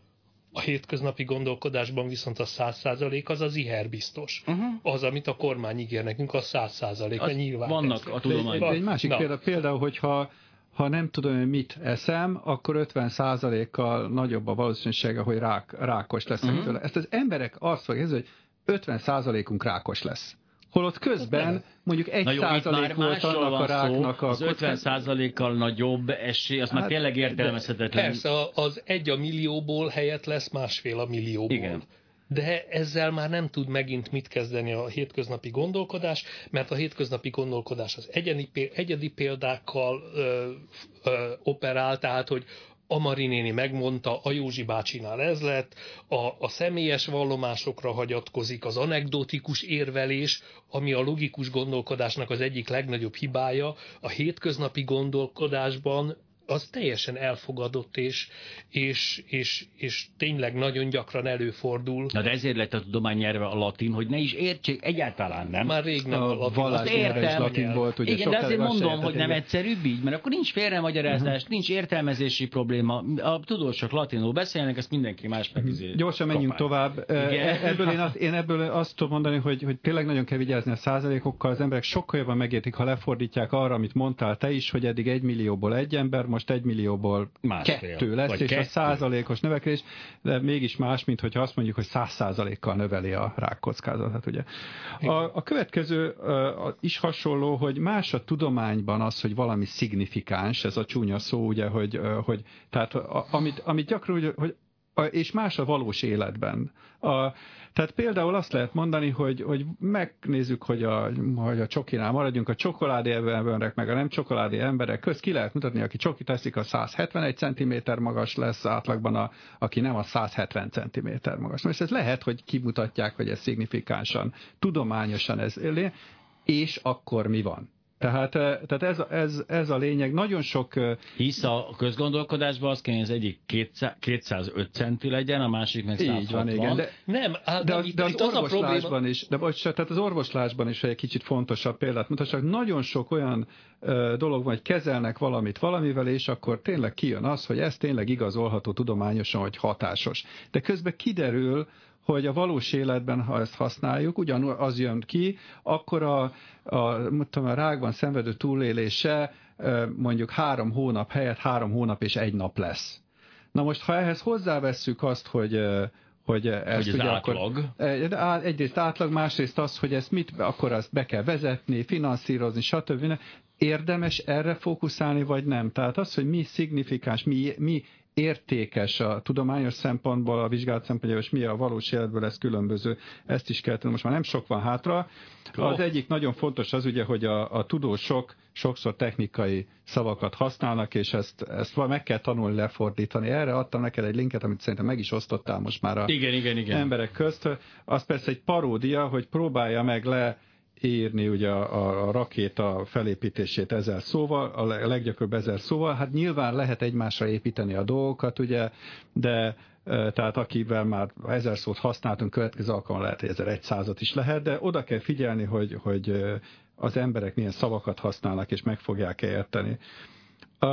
A hétköznapi gondolkodásban viszont a száz százalék az az iherbiztos. Uh-huh. Az, amit a kormány ígér nekünk, a száz százalék. Nyilván vannak a tudományban. Egy másik Na. példa, például, hogyha ha nem tudom, hogy mit eszem, akkor ötven százalékkal nagyobb a valószínűsége, hogy rák, rákos leszek uh-huh. tőle. Ezt az emberek azt fogják, hogy ötven százalékunk rákos lesz. Holott közben mondjuk egy százalék volt annak a ráknak a... Az ötven százalékkal nagyobb esély, az hát, már tényleg értelmezhetetlen. Persze, az egy a millióból helyett lesz másfél a millióból. Igen. De ezzel már nem tud megint mit kezdeni a hétköznapi gondolkodás, mert a hétköznapi gondolkodás az egyedi, egyedi példákkal ö, ö, operál, tehát, hogy a Mari néni megmondta, a Józsi bácsinál ez lett, a, a személyes vallomásokra hagyatkozik, az anekdotikus érvelés, ami a logikus gondolkodásnak az egyik legnagyobb hibája, a hétköznapi gondolkodásban az teljesen elfogadott, és, és, és, és tényleg nagyon gyakran előfordul. Na de ezért lett a tudomány nyelve a latin, hogy ne is értsék, egyáltalán nem. Már rég nem a, a latin. Azt értem. Latin volt, ugye. Igen, de azért mondom, hogy nem egyszerűbb így, mert akkor nincs félremagyarázás, uh-huh. nincs értelmezési probléma. A tudósok latinul beszélnek, ezt mindenki más meg uh-huh. Gyorsan menjünk tovább. Ebből én, azt, én ebből azt tudom mondani, hogy, hogy tényleg nagyon kell vigyázni a százalékokkal. Az emberek sokkal jobban megértik, ha lefordítják arra, amit mondtál te is, hogy eddig egy millióból egy ember, most egy millióból Másfél, kettő lesz, és kettő. A százalékos növekedés, de mégis más, mint hogyha azt mondjuk, hogy száz százalékkal növeli a rákkockázatát, ugye. A, a következő uh, is hasonló, hogy más a tudományban az, hogy valami szignifikáns, ez a csúnya szó, ugye, hogy, uh, hogy tehát a, amit, amit gyakran, hogy, hogy és más a valós életben. A, tehát például azt lehet mondani, hogy, hogy megnézzük, hogy a, hogy a csokinál maradjunk, a csokoládé emberek, meg a nem csokoládé emberek közt ki lehet mutatni, aki csokit eszik, a száz hetvenegy centiméter magas lesz átlagban, a, aki nem, a száz hetven centiméter magas. Most ez lehet, hogy kimutatják, hogy ez szignifikánsan, tudományosan ez élő, és akkor mi van? Tehát, tehát ez, ez, ez a lényeg. Nagyon sok... Hisz a közgondolkodásban az kell, hogy az egyik kétszázöt centi legyen, a másik meg százhatvan. Így van, igen. De, nem, de, de, de az, az orvoslásban is, de bocs, tehát az orvoslásban is egy kicsit fontosabb példát mutassak. Nagyon sok olyan uh, dolog van, hogy kezelnek valamit valamivel, és akkor tényleg kijön az, hogy ez tényleg igazolható tudományosan, hogy hatásos. De közben kiderül, hogy a valós életben, ha ezt használjuk, ugyanúgy az jön ki, akkor a, a, tudom, a rákban szenvedő túlélése mondjuk három hónap helyett három hónap és egy nap lesz. Na most, ha ehhez hozzávesszük azt, hogy hogy ez hogy ugye átlag. Akkor, egyrészt átlag, másrészt az, hogy ezt mit, akkor azt be kell vezetni, finanszírozni, stb. Érdemes erre fókuszálni, vagy nem? Tehát az, hogy mi szignifikáns, mi, mi értékes a tudományos szempontból, a vizsgálat szempontjából, és mi a valós életből, ez különböző. Ezt is kell tenni. Most már nem sok van hátra. Az egyik nagyon fontos az ugye, hogy a, a tudósok sokszor technikai szavakat használnak, és ezt, ezt meg kell tanulni lefordítani. Erre adtam neked egy linket, amit szerintem meg is osztottál most már a igen, igen, igen. emberek közt. Az persze egy paródia, hogy próbálja meg le írni ugye a, a rakéta felépítését ezer szóval, a leggyakoribb ezer szóval. Hát nyilván lehet egymásra építeni a dolgokat, ugye, de tehát akivel már ezer szót használtunk, következő alkalommal lehet, hogy ezerszázat is lehet, de oda kell figyelni, hogy, hogy az emberek milyen szavakat használnak, és meg fogják érteni. A,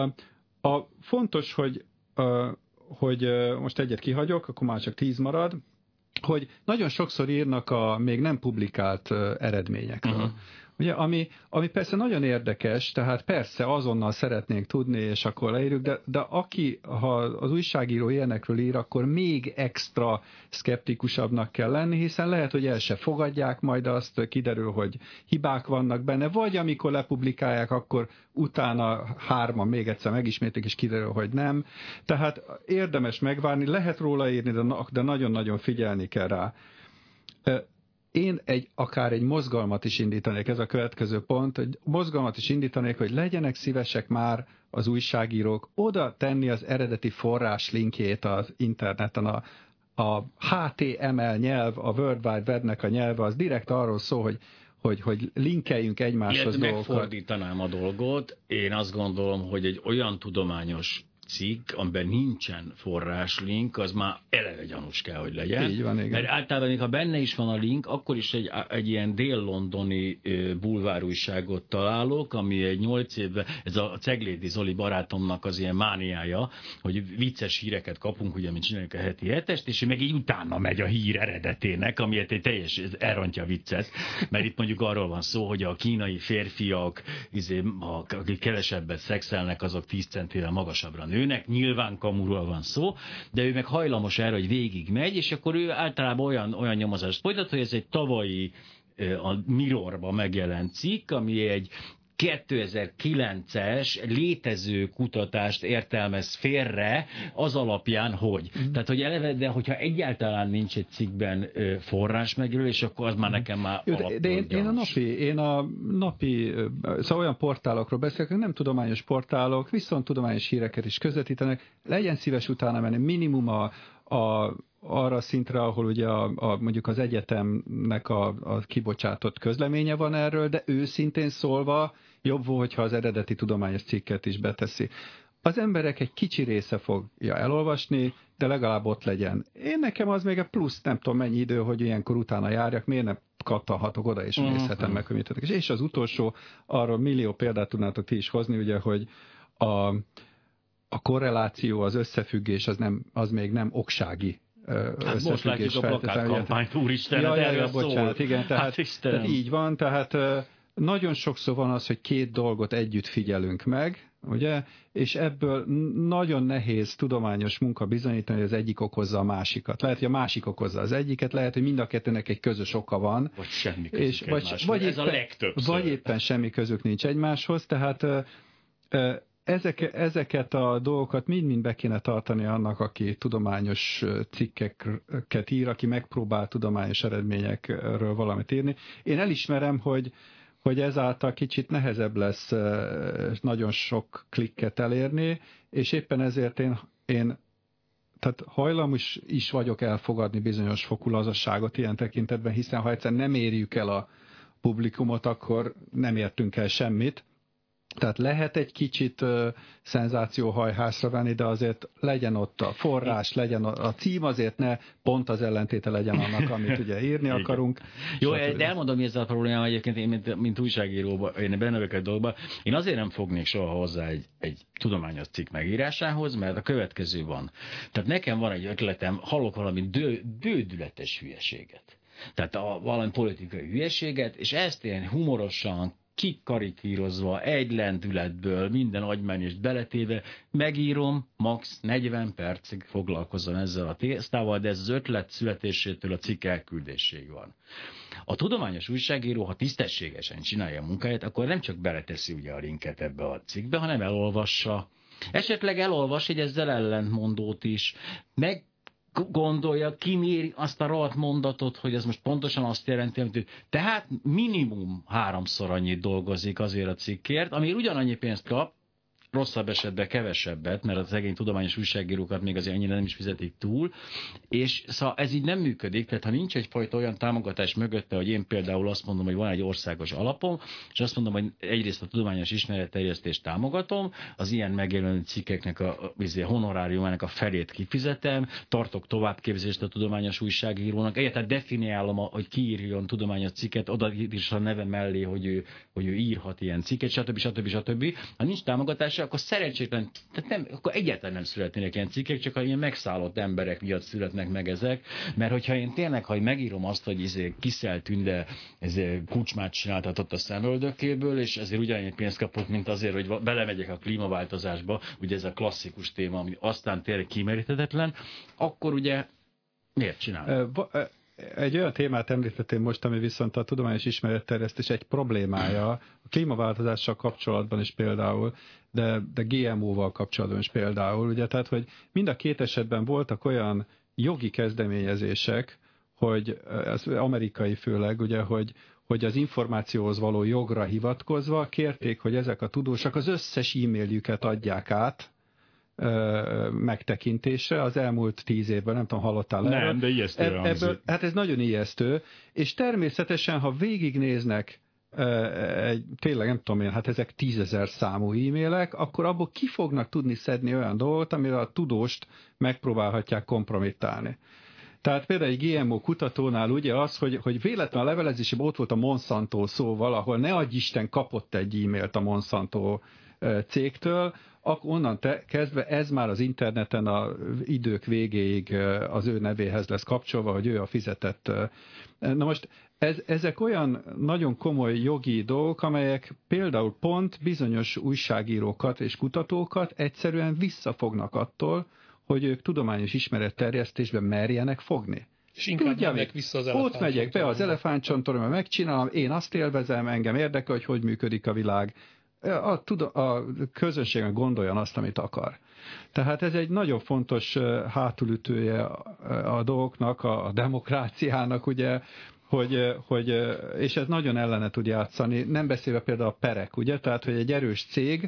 a fontos, hogy, a, hogy most egyet kihagyok, akkor már csak tíz marad, hogy nagyon sokszor írnak a még nem publikált eredményekről. Uh-huh. Ugye, ami, ami persze nagyon érdekes, tehát persze azonnal szeretnénk tudni, és akkor leírjuk, de, de aki, ha az újságíró ilyenekről ír, akkor még extra szkeptikusabbnak kell lenni, hiszen lehet, hogy el se fogadják, majd azt kiderül, hogy hibák vannak benne, vagy amikor lepublikálják, akkor utána hárman még egyszer megismétlik, és kiderül, hogy nem. Tehát érdemes megvárni, lehet róla írni, de, de nagyon-nagyon figyelni kell rá. Én egy, akár egy mozgalmat is indítanék, ez a következő pont, hogy mozgalmat is indítanék, hogy legyenek szívesek már az újságírók oda tenni az eredeti forrás linkjét az interneten, a, a há té em el nyelv, a World Wide Webnek a nyelve, az direkt arról szól, hogy hogy, hogy linkeljünk egymáshoz Illetve dolgokat. megfordítanám a dolgot. Én azt gondolom, hogy egy olyan tudományos cikk, amiben nincsen forráslink, az már eleve gyanús kell, hogy legyen. Így van, igen. Mert általában, még ha benne is van a link, akkor is egy, egy ilyen dél-londoni bulvárújságot találok, ami egy nyolc évben, ez a Ceglédi Zoli barátomnak az ilyen mániája, hogy vicces híreket kapunk, ugye, mint csináljuk a heti hetest, és meg így utána megy a hír eredetének, amiért egy teljes elrontja a viccet. Mert itt mondjuk arról van szó, hogy a kínai férfiak, izé, akik kevesebbet szexelnek, azok tíz centivel magasabbra nőnek, nyilván kamuról van szó, de ő meg hajlamos erre, hogy végig megy, és akkor ő általában olyan, olyan nyomozást folytat, hogy ez egy tavalyi a Mirrorban megjelent cikk, ami egy kétezer-kilences létező kutatást értelmez félre az alapján, hogy. Mm. Tehát, hogy eleve, de hogyha egyáltalán nincs egy cikkben forrás megjelölés, akkor az már nekem már Jó, de, de én, én a napi, én a napi, szóval olyan portálokról beszélek, nem tudományos portálok, viszont tudományos híreket is közvetítenek, legyen szíves utána menni, minimum a, a arra szintre, ahol ugye a, a, mondjuk az egyetemnek a, a kibocsátott közleménye van erről, de őszintén szólva jobb volt, hogyha az eredeti tudományos cikket is beteszi. Az emberek egy kicsi része fogja elolvasni, de legalább ott legyen. Én nekem az még egy plusz, nem tudom mennyi idő, hogy ilyenkor utána járjak, miért nem kattanhatok oda, és uh-huh. nézhetem meg, hogy mit tudok. És az utolsó, arról millió példát tudnátok ti is hozni, ugye, hogy a, a korreláció, az összefüggés, az, nem, az még nem oksági. Hát most látjuk a plakátkampányt, úristen, ja, ja, ja, bocsánat, igen, tehát, hát tehát így van, tehát nagyon sokszor van az, hogy két dolgot együtt figyelünk meg, ugye, és ebből nagyon nehéz tudományos munka bizonyítani, hogy az egyik okozza a másikat. Lehet, hogy a másik okozza az egyiket, lehet, hogy mind a kettőnek egy közös oka van. Vagy semmi közük és, vagy, vagy, ez éppen, a legtöbbször. Vagy éppen semmi közük nincs egymáshoz, tehát Ezek, ezeket a dolgokat mind-mind be kéne tartani annak, aki tudományos cikkeket ír, aki megpróbál tudományos eredményekről valamit írni. Én elismerem, hogy, hogy ezáltal kicsit nehezebb lesz nagyon sok klikket elérni, és éppen ezért én, én tehát hajlamos is vagyok elfogadni bizonyos fokú lazasságot ilyen tekintetben, hiszen ha egyszer nem érjük el a publikumot, akkor nem értünk el semmit. Tehát lehet egy kicsit uh, szenzációhajhászra venni, de azért legyen ott a forrás, legyen a, a cím, azért ne pont az ellentéte legyen annak, amit ugye írni akarunk. Jó, de elmondom, mi ez a probléma egyébként, én mint, mint újságíró, én benne vagyok egy dolgban, én azért nem fognék soha hozzá egy, egy tudományos cikk megírásához, mert a következő van. Tehát nekem van egy ötletem, hallok valami dő, bődületes hülyeséget. Tehát a, valami politikai hülyeséget, és ezt ilyen humorosan, kikarikírozva, egy lendületből, minden agymenést beletéve, megírom, max. negyven percig foglalkozom ezzel a tésztával, de ez az ötlet születésétől a cikk elküldéséig van. A tudományos újságíró, ha tisztességesen csinálja a munkáját, akkor nem csak beleteszi ugye a linket ebbe a cikkbe, hanem elolvassa. Esetleg elolvas egy ezzel ellentmondót is, meg gondolja, kiméri azt a rohadt mondatot, hogy ez most pontosan azt jelenti, amit ő... Tehát minimum háromszor annyit dolgozik azért a cikkért, ami ugyanannyi pénzt kap, rosszabb esetben kevesebbet, mert a szegény tudományos újságírókat még azért annyira nem is fizetik túl, és szóval ez így nem működik, tehát ha nincs egyfajta olyan támogatás mögötte, hogy én például azt mondom, hogy van egy országos alapom, és azt mondom, hogy egyrészt a tudományos ismeretterjesztést támogatom, az ilyen megjelenő cikkeknek a, a honoráriumának a felét kifizetem, tartok továbbképzést a tudományos újságírónak, egyáltalán definiálom, hogy ki írjon tudományos cikket, odaírja a neve mellé, hogy ő, hogy ő írhat ilyen cikket, stb. stb. stb. Ha nincs támogatás, akkor szerencsétlen, tehát nem, akkor egyáltalán nem születnének ilyen cikkek, csak ilyen megszállott emberek miatt születnek meg ezek, mert hogyha én tényleg, ha megírom azt, hogy izé Kiszel Tünde izé kucsmát csináltatott a szemöldökéből, és ezért ugyanannyi pénzt kapok, mint azért, hogy belemegyek a klímaváltozásba, ugye ez a klasszikus téma, ami aztán tényleg kimeríthetetlen, akkor ugye miért csinálom? Egy olyan témát említettem most, ami viszont a tudományos ismeretterjesztés egy problémája, a klímaváltozással kapcsolatban is például, de, de gé em ó-val kapcsolatban is például, ugye, tehát, hogy mind a két esetben voltak olyan jogi kezdeményezések, hogy az amerikai főleg, ugye, hogy, hogy az információhoz való jogra hivatkozva kérték, hogy ezek a tudósok az összes e-mailjüket adják át megtekintésre az elmúlt tíz évben, nem tudom, hallottál nem, erről. Nem, de ijesztő. Ebb, ebből, hát ez nagyon ijesztő, és természetesen, ha végignéznek egy, tényleg nem tudom én, hát ezek tízezer számú e-mailek, akkor abból ki fognak tudni szedni olyan dolgot, amire a tudóst megpróbálhatják kompromittálni. Tehát például egy gé em o kutatónál ugye az, hogy, hogy véletlen a levelezésében ott volt a Monsanto szó valahol, ne adj Isten kapott egy e-mailt a Monsanto cégtől, akkor onnan te, kezdve ez már az interneten a idők végéig az ő nevéhez lesz kapcsolva, hogy ő a fizetett. Na most ez, ezek olyan nagyon komoly jogi dolgok, amelyek például pont bizonyos újságírókat és kutatókat egyszerűen visszafognak attól, hogy ők tudományos ismeretterjesztésben merjenek fogni. És inkább Tudja, mennek vissza az ott megyek be az elefántcsontoromba, megcsinálom, én azt élvezem, engem érdekel, hogy hogy működik a világ. A, a, a közönségnek gondoljon azt, amit akar. Tehát ez egy nagyon fontos hátulütője a dolgoknak, a demokráciának, ugye, hogy, hogy, és ez nagyon ellene tud játszani, nem beszélve például a perek, ugye, tehát, hogy egy erős cég,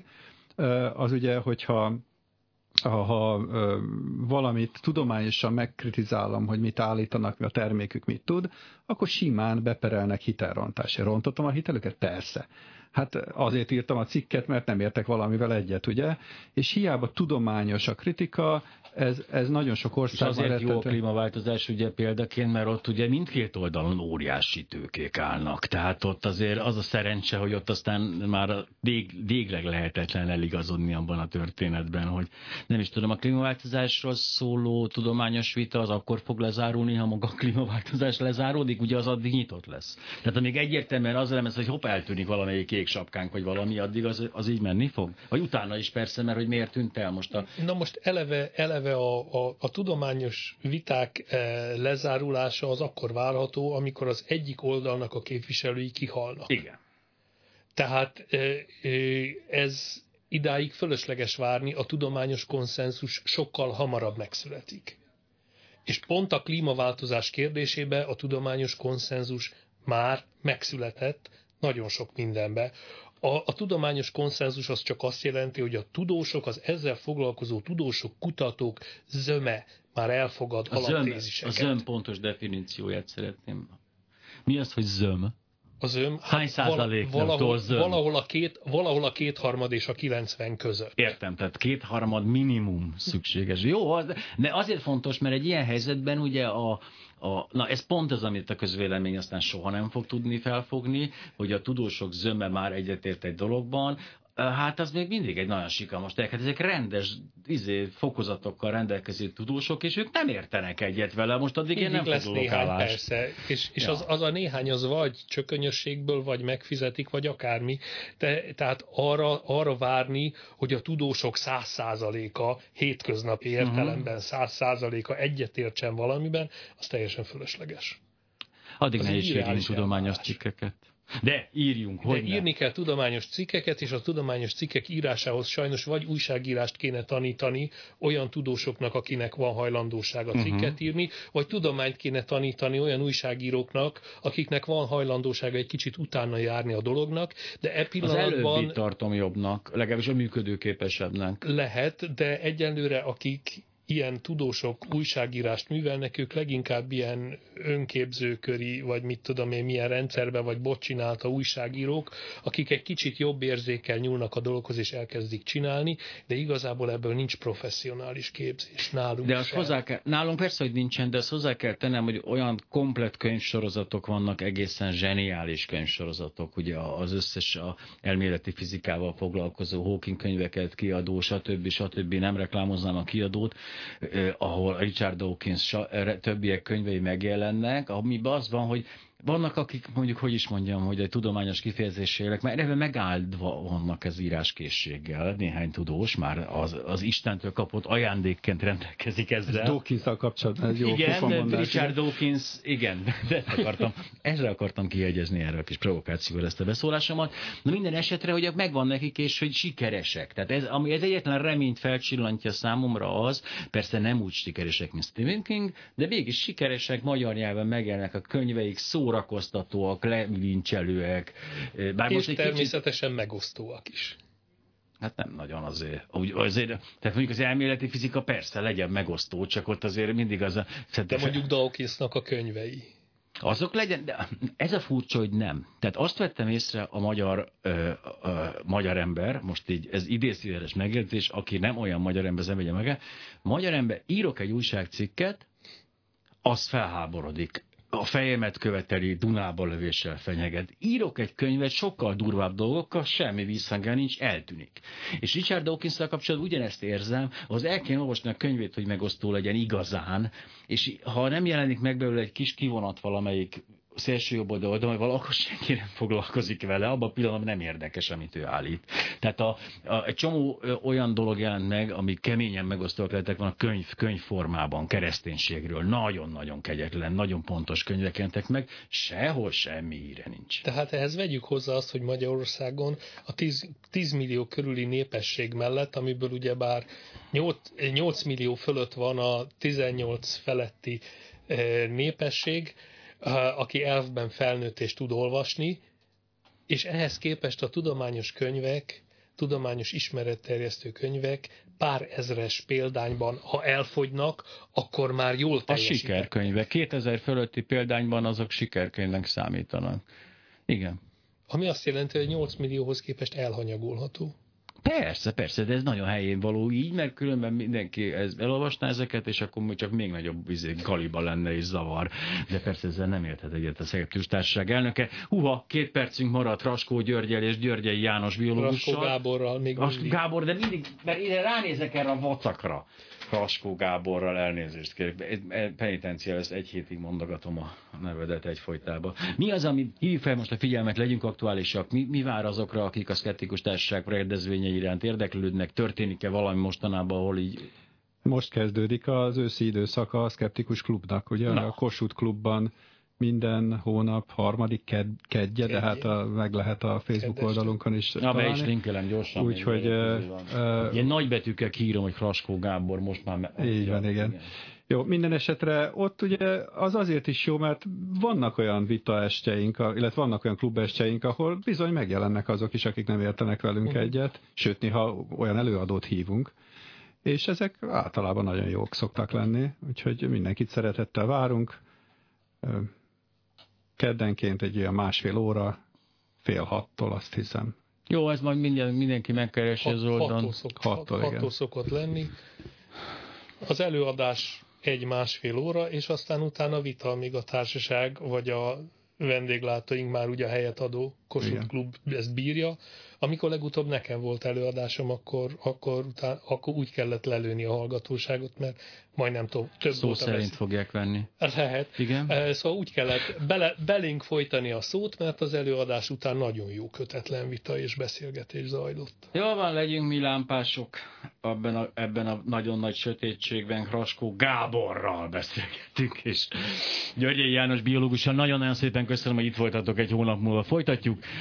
az ugye, hogyha ha, ha valamit tudományosan megkritizálom, hogy mit állítanak, mi a termékük mit tud, akkor simán beperelnek hitelrontásra. Rontottam a hitelüket? Persze. Hát azért írtam a cikket, mert nem értek valamivel egyet, ugye? És hiába tudományos a kritika, ez, ez nagyon sok országban... És azért rettető... jó a klímaváltozás ugye példaként, mert ott ugye mindkét oldalon óriási tőkék állnak. Tehát ott azért az a szerencse, hogy ott aztán már vég, végleg lehetetlen eligazodni abban a történetben, hogy nem is tudom, a klímaváltozásról szóló tudományos vita az akkor fog lezárulni, ha maga a klímaváltozás lezáródik, ugye az addig nyitott lesz. Tehát amíg egyértelműen az lesz, hogy hopp, eltűnik valamelyik kék sapkánk, vagy valami, addig az, az így menni fog? Vagy utána is persze, mert hogy miért tűnt el most a... Na most eleve, eleve a, a, a tudományos viták e, lezárulása az akkor várható, amikor az egyik oldalnak a képviselői kihalnak. Igen. Tehát e, e, ez idáig fölösleges várni, a tudományos konszenzus sokkal hamarabb megszületik. És pont a klímaváltozás kérdésében a tudományos konszenzus már megszületett nagyon sok mindenben. A, a tudományos konszenzus az csak azt jelenti, hogy a tudósok, az ezzel foglalkozó tudósok, kutatók zöme már elfogad a alaptéziseket. Zöm, a zöm pontos definícióját szeretném. Mi az, hogy zöm? A zöm, hány százaléknak valahol, zöm? valahol, a két, valahol a kétharmad és a kilencven között. Értem, tehát kétharmad minimum szükséges. Jó, az, de azért fontos, mert egy ilyen helyzetben ugye a, a, na ez pont az, amit a közvélemény aztán soha nem fog tudni felfogni, hogy a tudósok zöme már egyetért egy dologban, hát az még mindig egy nagyon sikalmas terv. Hát ezek rendes izé, fokozatokkal rendelkező tudósok, és ők nem értenek egyet vele. Most addig mindig én nem lesz foglalok néhány, állást. persze. És, és Ja. az, az a néhány az vagy csökönyösségből, vagy megfizetik, vagy akármi. Te, tehát arra, arra várni, hogy a tudósok száz százaléka hétköznapi értelemben száz százaléka egyetértsen valamiben, az teljesen fölösleges. Addig az ne is írjunk irreális tudományos elvárás. cikkeket. De írjunk, De hogy ne. írni kell tudományos cikkeket, és a tudományos cikkek írásához sajnos vagy újságírást kéne tanítani olyan tudósoknak, akinek van hajlandósága cikket uh-huh. írni, vagy tudományt kéne tanítani olyan újságíróknak, akiknek van hajlandósága egy kicsit utána járni a dolognak, de e Az pillanatban előbbi tartom jobbnak, legalábbis a működőképesebbnek. lehet, de egyenlőre akik ilyen tudósok újságírást művelnek, ők leginkább ilyen önképzőköri, vagy mit tudom én, milyen rendszerbe, vagy bot csinálta újságírók, akik egy kicsit jobb érzékkel nyúlnak a dologhoz, és elkezdik csinálni, de igazából ebből nincs professzionális képzés nálunk De azt sem. hozzá kell, nálunk persze, hogy nincsen, de azt hozzá kell tennem, hogy olyan komplett könyvsorozatok vannak, egészen zseniális könyvsorozatok, ugye az összes a elméleti fizikával foglalkozó Hawking könyveket kiadó, stb. stb. Nem reklámoznám a kiadót, eh, ahol Richard Dawkins többiek könyvei megjelennek, amiben az van, hogy vannak, akik mondjuk, hogy is mondjam, hogy egy tudományos kifejezésélek, mert ebben megáldva vannak ez íráskészséggel, néhány tudós már az, az Istentől kapott ajándékként rendelkezik ezzel. Ez Dawkinsszal kapcsolatban, ez jó Igen, Richard Dawkins, igen, de ezt akartam, ezre akartam kiegyezni erre a kis provokációra ezt a beszólásomat. Na minden esetre, hogy megvan nekik, és hogy sikeresek. Tehát ez, ami ez egyetlen reményt felcsillantja számomra az, persze nem úgy sikeresek, mint Stephen King, de mégis sikeresek, magyar nyelven megjelennek a könyveik, szórakoztatóak, levincselőek. Bár És most egy természetesen kicsit... megosztóak is. Hát nem nagyon azért. Úgy, azért. Tehát mondjuk az elméleti fizika persze legyen megosztó, csak ott azért mindig az a... De mondjuk Dawkinsnak a könyvei. Azok legyen, de ez a furcsa, hogy nem. Tehát azt vettem észre a magyar, ö, ö, magyar ember, most így ez idézőjeles megjegyzés, aki nem olyan magyar ember, nem vegye meg, magyar ember, írok egy újságcikket, az felháborodik. A fejemet követeli, Dunába lövéssel fenyeget. Írok egy könyvet, sokkal durvább dolgokkal, semmi visszhangja nincs, eltűnik. És Richard Dawkins-szal kapcsolatban ugyanezt érzem, az el kell olvasni a könyvét, hogy megosztó legyen igazán, és ha nem jelenik meg belőle egy kis kivonat valamelyik szélső jobb oldalon, akkor senki nem foglalkozik vele, abban a pillanatban nem érdekes, amit ő állít. Tehát a, a, egy csomó olyan dolog jelent meg, ami keményen megosztóak lettek van a könyv, könyvformában, kereszténységről. Nagyon-nagyon kegyetlen, nagyon pontos könyvek jelentek meg, sehol semmi híre nincs. Tehát ehhez vegyük hozzá azt, hogy Magyarországon a tíz millió körüli népesség mellett, amiből ugyebár nyolc millió fölött van a tizennyolc feletti népesség, aki elfben felnőtt és tud olvasni, és ehhez képest a tudományos könyvek, tudományos ismeretterjesztő könyvek pár ezres példányban, ha elfogynak, akkor már jól teljesítenek. A sikerkönyvek, kétezer fölötti példányban azok sikerkönyvnek számítanak. Igen. Ami azt jelenti, hogy nyolc millióhoz képest elhanyagolható. Persze, persze, de ez nagyon helyén való így, mert különben mindenki ez, elolvasná ezeket, és akkor csak még nagyobb izé, galiba lenne és zavar. De persze ezzel nem érthet egyet a Szeged Társaság elnöke. Huha, két percünk maradt Raskó Györgyel és Györgyei János biológussal. Raskó Gáborral még Raskó mindig. Gábor, de mindig, mert ide ránézek erre a vacakra. Raskó Gáborral elnézést kérek. Penitencia, ezt egy hétig mondogatom a nevedet egyfolytában. Mi az, ami hívjuk fel most a figyelmet, legyünk aktuálisak? Mi, mi vár azokra, akik a Szkeptikus Társaság rendezvényei iránt érdeklődnek? Történik-e valami mostanában, ahol így... Most kezdődik az őszi időszaka a Szkeptikus Klubnak, ugye? Na. A Kossuth Klubban minden hónap harmadik ked, kedje, de hát a, meg lehet a Facebook Kedves. oldalunkon is találni. Na, be is linkelem gyorsan. Úgyhogy... Uh, Ilyen nagybetűkkel kiírom, hogy Raskó Gábor most már... Me- így van, igen. igen. Jó, minden esetre ott ugye az azért is jó, mert vannak olyan vitaestjeink, illetve vannak olyan klubestjeink, ahol bizony megjelennek azok is, akik nem értenek velünk uh-huh. egyet, sőt, néha olyan előadót hívunk, és ezek általában nagyon jók szoktak lenni, úgyhogy mindenkit szeretettel várunk. Keddenként egy ilyen másfél óra, fél hattól, azt hiszem. Jó, ez majd minden, mindenki megkeresi az oldalon. Hattól, szok, hattól, hat, hattól szokott lenni. Az előadás egy-másfél óra, és aztán utána vita, amíg a társaság vagy a vendéglátóink már ugye a helyet adó Kossuth Klub ezt bírja. Amikor legutóbb nekem volt előadásom, akkor, akkor, után, akkor úgy kellett lelőni a hallgatóságot, mert majdnem több Szó volt a szerint vesz... fogják venni. Lehet. Igen. Szóval úgy kellett bele, belénk folytani a szót, mert az előadás után nagyon jó kötetlen vita és beszélgetés zajlott. Jól van, legyünk mi lámpások. Ebben a, ebben a nagyon nagy sötétségben Raskó Gáborral beszélgettünk, és Györgyei János biológussal nagyon-nagyon szépen köszönöm, hogy itt voltatok, egy hónap múlva folytatjuk.